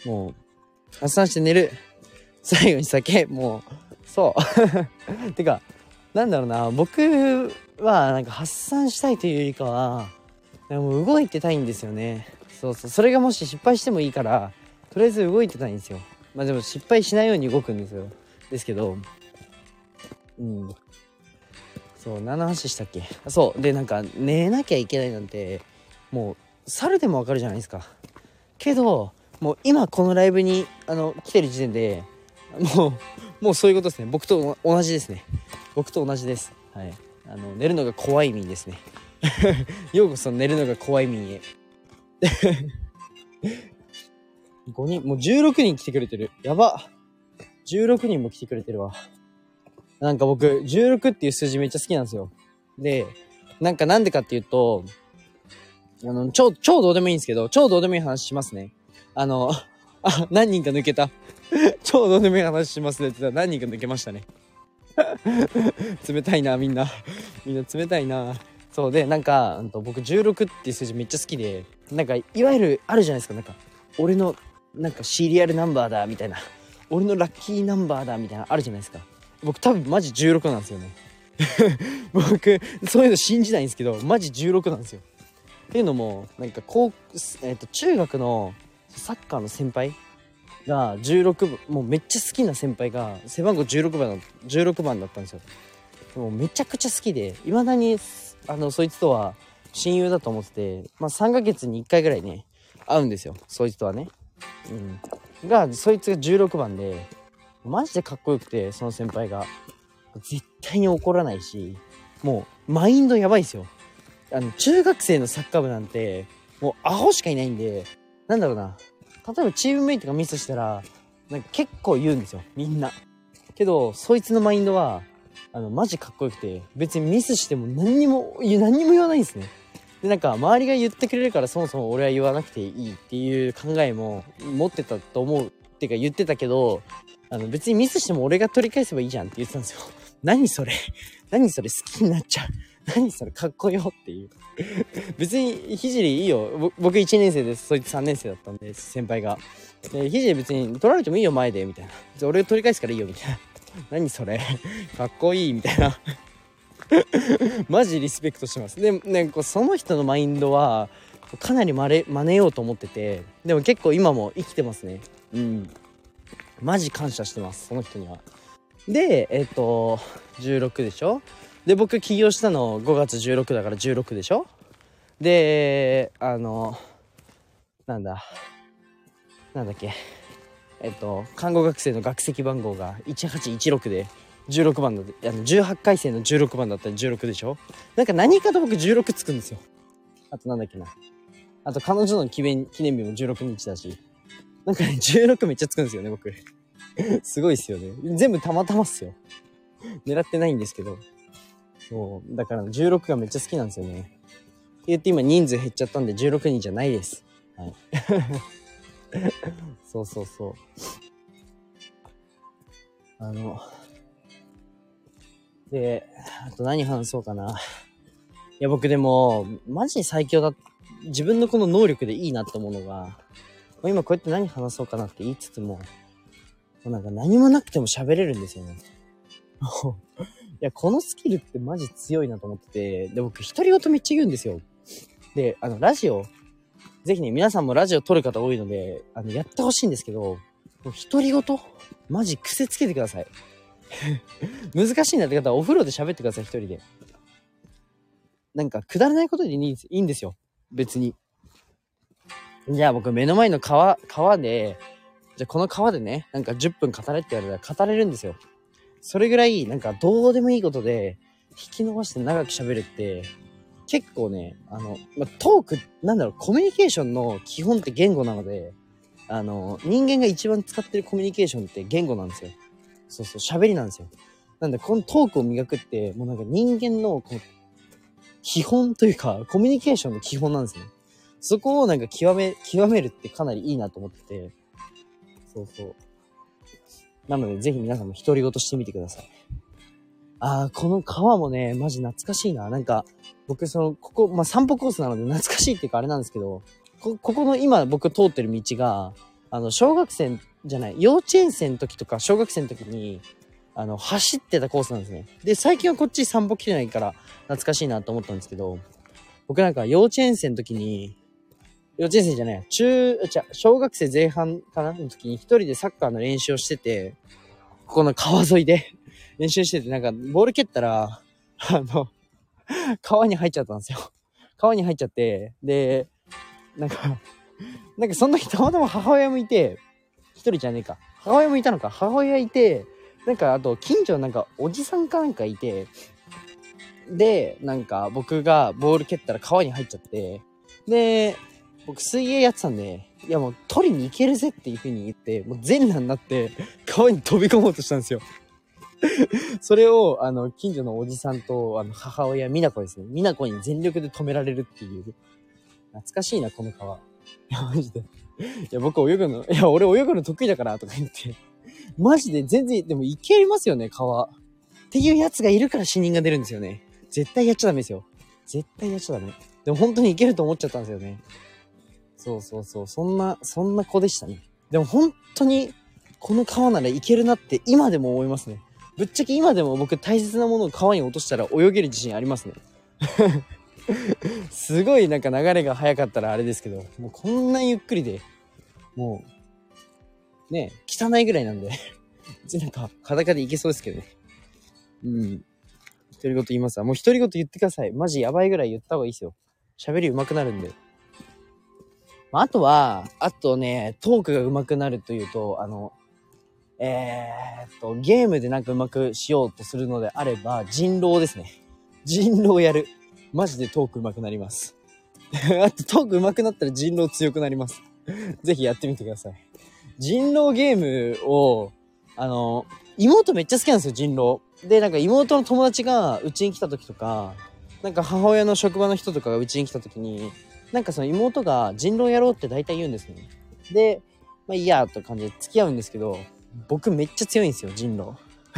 もう、発散して寝る。最後に酒、もう、そう。てか、なんだろうな、僕はなんか発散したいというよりかは、もう動いてたいんですよね。そうそう。それがもし失敗してもいいから、とりあえず動いてたいんですよ。まあでも失敗しないように動くんですよ。ですけど、うん。そう、何の話したっけ？そう。で、なんか寝なきゃいけないなんて、もう、猿でもわかるじゃないですか。けど、もう今このライブに、あの、来てる時点で、もう、もうそういうことですね。僕と同じですね。僕と同じです。はい。あの、寝るのが怖い民ですね。ようこそ寝るのが怖い民へ。ごにん、もうじゅうろくにん来てくれてる。やば。じゅうろくにんも来てくれてるわ。なんか僕、じゅうろくっていう数字めっちゃ好きなんですよ。で、なんかなんでかっていうと、あの、超、超どうでもいいんですけど、超どうでもいい話しますね。あの、あ、何人か抜けた。超どうでもいい話しますねって言ったら何人か抜けましたね。冷たいな、みんな。みんな冷たいな。そうで、なんか、うんと、僕じゅうろくっていう数字めっちゃ好きで、なんか、いわゆる、あるじゃないですか、なんか、俺の、なんか、シリアルナンバーだ、みたいな。俺のラッキーナンバーだ、みたいな、あるじゃないですか。僕多分マジじゅうろくなんですよね。僕、そういうの信じないんですけど、マジじゅうろくなんですよ。っていうのも、なんか、こう、えっと、中学のサッカーの先輩がじゅうろくばん、もうめっちゃ好きな先輩が背番号じゅうろくばんのじゅうろくばんだったんですよ。もうめちゃくちゃ好きで、未だにあのそいつとは親友だと思ってて、まあさんかげつにいっかいぐらいね会うんですよ、そいつとはね。うんがそいつがじゅうろくばんで、マジでかっこよくて、その先輩が絶対に怒らないし、もうマインドやばいですよ。あの中学生のサッカー部なんてもうアホしかいないんで、なんだろうな、例えばチームメイトがミスしたらなんか結構言うんですよ、みんな。けどそいつのマインドはあのマジかっこよくて、別にミスしても何にも何にも言わないんですね。で、なんか周りが言ってくれるからそもそも俺は言わなくていいっていう考えも持ってたと思うっていうか言ってたけど、あの別にミスしても俺が取り返せばいいじゃんって言ってたんですよ。何それ何それ、好きになっちゃう。何それ、かっこよっていう。別にひじりいいよ、僕いちねん生です、そいつさんねん生だったんで、先輩が。で、ひじり別に取られてもいいよ前でみたいな、俺が取り返すからいいよみたいな。何それ、かっこいいみたいな。マジリスペクトしてます。で、なんかその人のマインドはかなり真似、真似ようと思ってて、でも結構今も生きてますね。うん、マジ感謝してます、その人には。で、えっとじゅうろくでしょ。で、僕起業したのごがつじゅうろくだからじゅうろくでしょ。で、あのなんだなんだっけえっと看護学生の学籍番号がいちはちいちろくでじゅうろくばんだって、あのじゅうはちかい生のじゅうろくばんだったらじゅうろくでしょ。なんか何かと僕じゅうろくつくんですよ。あとなんだっけな、あと彼女の記念記念日もじゅうろくにちだし、なんかねじゅうろくめっちゃつくんですよね僕。すごいっすよね。全部たまたまっすよ。狙ってないんですけど、そうだからじゅうろくがめっちゃ好きなんですよね。って言って今人数減っちゃったんでじゅうろくにんじゃないです。はい。そうそうそう。あので、あと何話そうかな。いや、僕でも、マジ最強だ、自分のこの能力でいいなって思うのが、今こうやって何話そうかなって言いつつも、もうなんか何もなくても喋れるんですよね。いや、このスキルってマジ強いなと思ってて、で、僕、独り言めっちゃ言うんですよ。で、あの、ラジオ、ぜひね、皆さんもラジオ撮る方多いので、あの、やってほしいんですけど、もう独り言、マジ癖つけてください。難しいなって方はお風呂で喋ってください、一人で。なんか、くだらないことでいいんです、いいんですよ。別に。じゃあ僕、目の前の川、川で、じゃあこの川でね、なんかじゅっぷん語れって言われたら語れるんですよ。それぐらい、なんかどうでもいいことで、引き伸ばして長く喋るって、結構ね、あの、まあ、トーク、なんだろう、コミュニケーションの基本って言語なので、あの、人間が一番使ってるコミュニケーションって言語なんですよ。そうそう、喋りなんですよ。なんで、このトークを磨くって、もうなんか人間の、この、基本というか、コミュニケーションの基本なんですね。そこをなんか極め、極めるってかなりいいなと思ってて、そうそう。なので、ぜひ皆さんも独り言してみてください。あー、この川もね、マジ懐かしいな。なんか、僕、その、ここ、まあ、散歩コースなので懐かしいっていうかあれなんですけど、こ、ここの今僕通ってる道が、あの、小学生じゃない、幼稚園生の時とか小学生の時に、あの、走ってたコースなんですね。で、最近はこっち散歩来てないから懐かしいなと思ったんですけど、僕なんか幼稚園生の時に、幼稚園生じゃない、中、じゃ、小学生前半かなの時に一人でサッカーの練習をしてて、ここの川沿いで練習してて、なんかボール蹴ったら、あの、川に入っちゃったんですよ。川に入っちゃって、で、なんか、なんかその時たまたま母親もいて、一人じゃねえか。母親もいたのか。母親いて、なんかあと近所のなんかおじさんかなんかいて、で、なんか僕がボール蹴ったら川に入っちゃって、で、僕水泳やってたんで、いやもう取りに行けるぜっていう風に言って、もう全裸になって川に飛び込もうとしたんですよ。それを、あの、近所のおじさんと、あの、母親、美奈子ですね。美奈子に全力で止められるっていう。懐かしいな、この川。いや、マジで。いや、僕泳ぐの、いや、俺泳ぐの得意だから、とか言って。マジで全然、でも行けますよね、川。っていうやつがいるから死人が出るんですよね。絶対やっちゃダメですよ。絶対やっちゃダメ。でも本当に行けると思っちゃったんですよね。そうそうそう。そんな、そんな子でしたね。でも本当に、この川なら行けるなって今でも思いますね。ぶっちゃけ今でも僕大切なものを川に落としたら泳げる自信ありますね。すごいなんか流れが速かったらあれですけど、もうこんなゆっくりで、もう、ね、汚いぐらいなんで、なんか裸でいけそうですけどね。うん。独り言言いますわ。もう独り言言ってください。マジやばいぐらい言った方がいいですよ。喋り上手くなるんで。あとは、あとね、トークが上手くなるというと、あの、えーっと、ゲームでなんか上手くしようとするのであれば、人狼ですね。人狼やる。マジでトーク上手くなります。あとトーク上手くなったら人狼強くなります。ぜひやってみてください。人狼ゲームを、あの、妹めっちゃ好きなんですよ、人狼。で、なんか妹の友達がうちに来た時とか、なんか母親の職場の人とかがうちに来た時に、なんかその妹が人狼やろうって大体言うんですね。で、まあいいやと感じで付き合うんですけど、僕めっちゃ強いんですよ、人狼。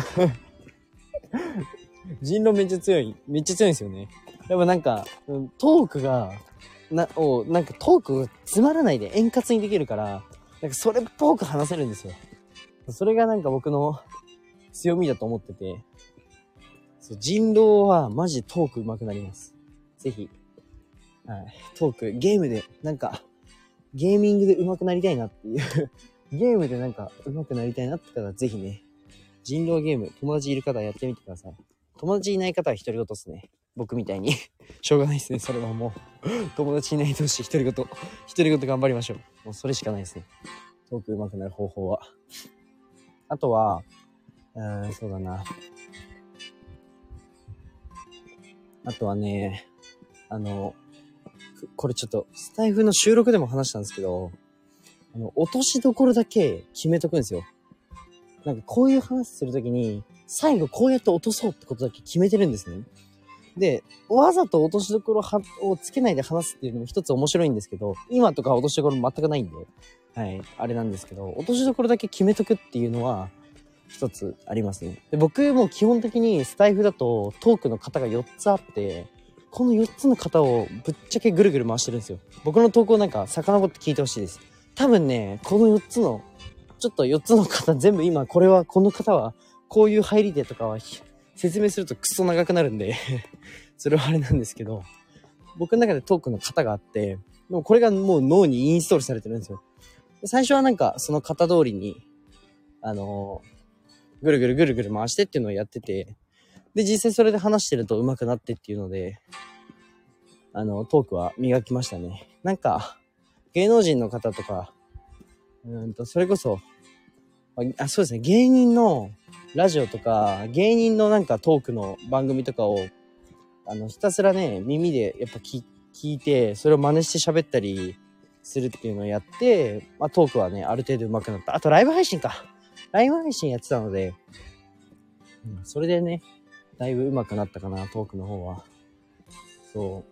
人狼めっちゃ強い。めっちゃ強いんですよね。でもなんか、トークが、な、を、なんかトークがつまらないで円滑にできるから、なんかそれっぽく話せるんですよ。それがなんか僕の強みだと思ってて、そう人狼はマジトーク上手くなります。ぜひ。はい。トーク、ゲームで、なんか、ゲーミングで上手くなりたいなっていう。ゲームでなんか上手くなりたいなって方はぜひね、人狼ゲーム、友達いる方はやってみてください。友達いない方は独り言ですね。僕みたいに。しょうがないですね、それはもう。友達いない同士、独り言。独り言頑張りましょう。もうそれしかないですね。トーク上手くなる方法は。あとは、うーん、そうだな。あとはね、あの、これちょっと、スタイフの収録でも話したんですけど、あの、落としどころだけ決めとくんですよ。なんかこういう話するときに、最後こうやって落とそうってことだけ決めてるんですね。で、わざと落としどころをつけないで話すっていうのも一つ面白いんですけど、今とか落としどころ全くないんで、はい、あれなんですけど、落としどころだけ決めとくっていうのは、 一つありますね。で、僕も基本的にスタイフだとトークの型がよっつあって、このよっつの型をぶっちゃけぐるぐる回してるんですよ。僕の投稿なんか遡って聞いてほしいです。多分ね、このよっつの、ちょっとよっつの型全部今、これは、この型は、こういう入りでとかは説明するとクソ長くなるんで、それはあれなんですけど、僕の中でトークの型があって、でもこれがもう脳にインストールされてるんですよ。で最初はなんかその型通りに、あのー、ぐるぐるぐるぐる回してっていうのをやってて、で、実際それで話してると上手くなってっていうので、あの、トークは磨きましたね。なんか、芸能人の方とか、うーんと、それこそ、あ、そうですね、芸人のラジオとか、芸人のなんかトークの番組とかを、あの、ひたすらね、耳でやっぱ聞、聞いて、それを真似して喋ったりするっていうのをやって、まあトークはね、ある程度上手くなった。あとライブ配信か。ライブ配信やってたので、うん、それでね、だいぶ上手くなったかな、トークの方は。そう。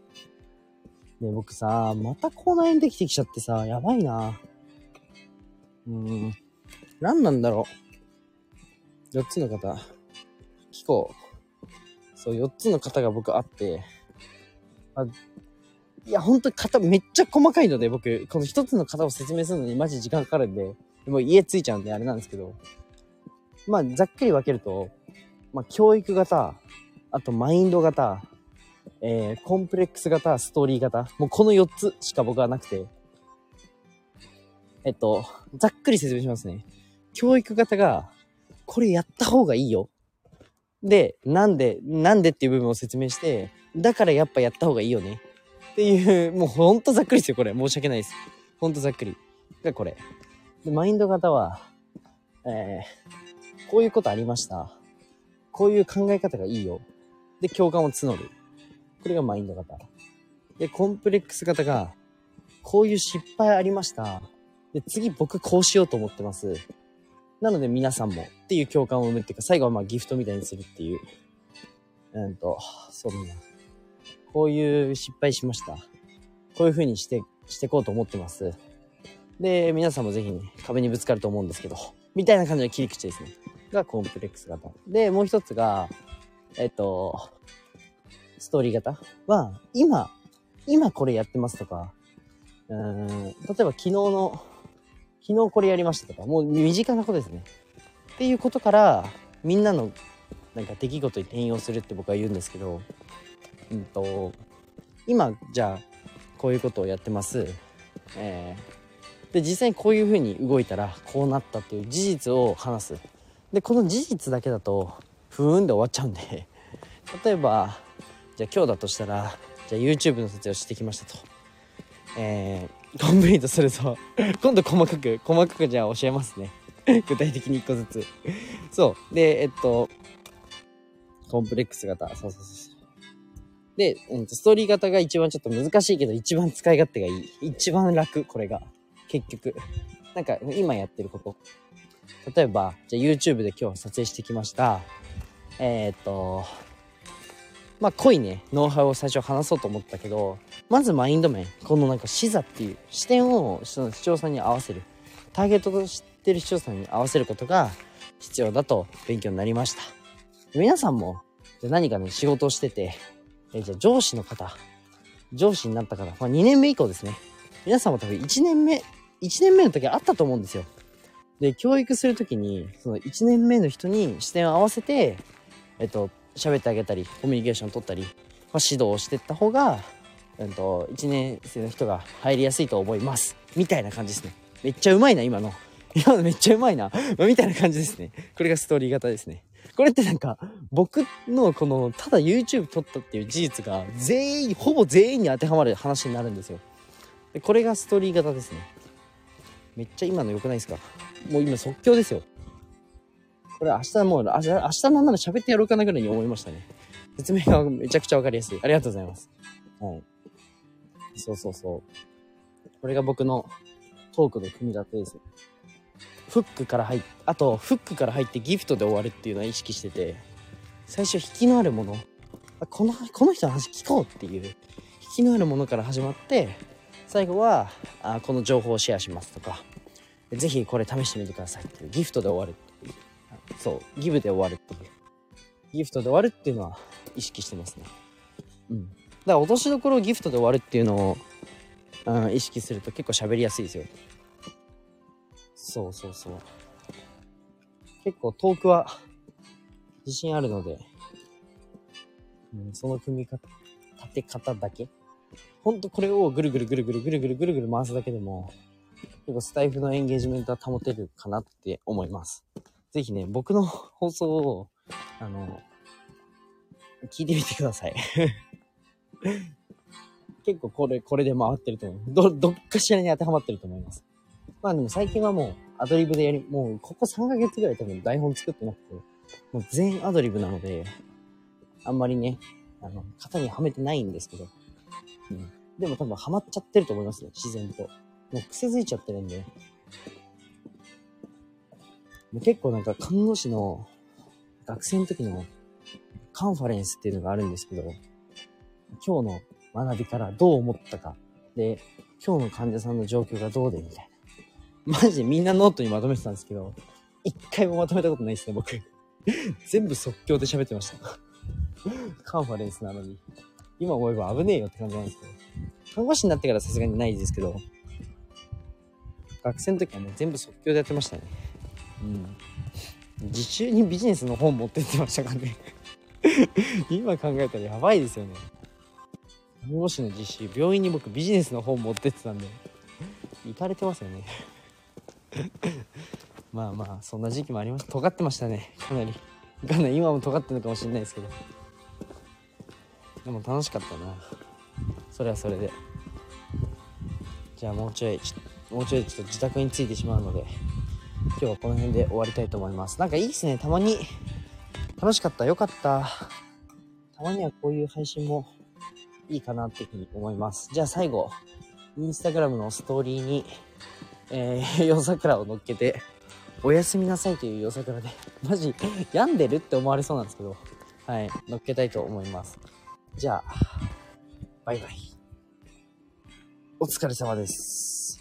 で、僕さ、また口内炎できてきちゃってさ、やばいな。うーん。何なんだろう。よっつの型。聞こう。そう、よっつの型が僕あって、あ、いや、ほんと型めっちゃ細かいので、僕、この一つの型を説明するのにマジ時間かかるんで、もう家着いちゃうんであれなんですけど、まあ、ざっくり分けると、まあ、教育型、あとマインド型、えー、コンプレックス型、ストーリー型。もうこのよっつしか僕はなくて。えっと、ざっくり説明しますね。教育型が、これやった方がいいよ。で、なんで、なんでっていう部分を説明して、だからやっぱやった方がいいよね。っていう、もうほんとざっくりですよ、これ。申し訳ないです。ほんとざっくり。がこれ。で、マインド型は、えー、こういうことありました。こういう考え方がいいよ。で、共感を募る。これがマインド型。で、コンプレックス型が、こういう失敗ありました。で、次僕こうしようと思ってます。なので皆さんもっていう共感を生むっていうか、最後はまあギフトみたいにするっていう。うんと、そうだな。こういう失敗しました。こういう風にして、していこうと思ってます。で、皆さんもぜひね、壁にぶつかると思うんですけど、みたいな感じの切り口ですね。がコンプレックス型。で、もう一つが、えっと、ストーリー型は、今、今これやってますとか、うーん、例えば昨日の、昨日これやりましたとか、もう身近なことですね。っていうことから、みんなのなんか出来事に転用するって僕は言うんですけど、うんと、今、じゃあ、こういうことをやってます。えー、で、実際にこういう風に動いたら、こうなったっていう事実を話す。で、この事実だけだと、ふーんで終わっちゃうんで、例えば、じゃあ今日だとしたら、じゃあ YouTube の撮影をしてきましたと。えー、コンプリートすると、今度細かく、細かくじゃあ教えますね。具体的に一個ずつ。そう。で、えっと、コンプレックス型。そうそうそう。で、うん、ストーリー型が一番ちょっと難しいけど、一番使い勝手がいい。一番楽、これが。結局。なんか、今やってること。例えば、じゃあ YouTube で今日撮影してきました。えー、っと、まあ、濃いね、ノウハウを最初話そうと思ったけど、まずマインド面、このなんか視座っていう視点をその視聴者に合わせる。ターゲットとしてる視聴者に合わせることが必要だと勉強になりました。皆さんも、じゃあ何かね、仕事をしてて、えじゃあ上司の方、上司になった方、まあにねんめ以降ですね。皆さんも多分いちねんめ、いちねんめの時あったと思うんですよ。で、教育する時に、そのいちねんめの人に視点を合わせて、えっと、喋ってあげたり、コミュニケーションを取ったり、まあ、指導をしていった方が、うんと、いちねん生の人が入りやすいと思います。みたいな感じですね。めっちゃうまいな、今の。今のめっちゃうまいな。みたいな感じですね。これがストーリー型ですね。これってなんか、僕のこの、ただ YouTube 撮ったっていう事実が、全員、ほぼ全員に当てはまる話になるんですよ。で、これがストーリー型ですね。めっちゃ今の良くないですか？もう今即興ですよ。これ明日もう、明日、明日なんなら喋ってやろうかなぐらいに思いましたね。説明がめちゃくちゃわかりやすい。ありがとうございます。はい。そうそうそう。これが僕のトークの組み立てですね。フックから入って、あと、フックから入ってギフトで終わるっていうのは意識してて、最初引きのあるもの、この、この人の話聞こうっていう、引きのあるものから始まって、最後は、あ、この情報をシェアしますとか、ぜひこれ試してみてくださいっていうギフトで終わるっていう。 そう、ギブで終わるっていう。ギフトで終わるっていうのは意識してますね。うん。だから落としどころをギフトで終わるっていうのを、うん、意識すると結構喋りやすいですよ。そうそうそう。結構トークは自信あるので、うん、その組み立て方だけ。ほんとこれをぐるぐるぐるぐるぐるぐるぐるぐる回すだけでも、結構スタイフのエンゲージメントは保てるかなって思います。ぜひね、僕の放送を、あの、聞いてみてください。結構これ、これで回ってると思う。ど、どっかしらに当てはまってると思います。まあでも最近はもうアドリブでやり、もうここさんかげつぐらい多分台本作ってなくて、もう全員アドリブなので、あんまりね、あの、型にはめてないんですけど、うん。でも多分ハマっちゃってると思いますね、自然と。もう癖づいちゃってるんで。もう結構なんか看護師の学生の時のカンファレンスっていうのがあるんですけど、今日の学びからどう思ったか。で、今日の患者さんの状況がどうでみたいな。マジでみんなノートにまとめてたんですけど、一回もまとめたことないですね、僕。全部即興で喋ってました。カンファレンスなのに。今思えば危ねえよって感じなんですけど。看護師になってからさすがにないですけど、学生の時はもう全部即興でやってましたね。うん。自習にビジネスの本持ってってましたからね。今考えたらやばいですよね。看護師の実習、病院に僕ビジネスの本持ってってたんで、行かれてますよね。まあまあそんな時期もありました。尖ってましたね、かなり。かなり今も尖ってるのかもしれないですけど、でも楽しかったな、それはそれで。じゃあもうちょいもうちょいちょっと自宅に着いてしまうので、今日はこの辺で終わりたいと思います。なんかいいですね、たまに楽しかった、よかった。たまにはこういう配信もいいかなっていうふうに思います。じゃあ最後、インスタグラムのストーリーに、えー、夜桜を乗っけて、おやすみなさいという夜桜で、マジ病んでるって思われそうなんですけど、はい、乗っけたいと思います。じゃあ、バイバイ。お疲れ様です。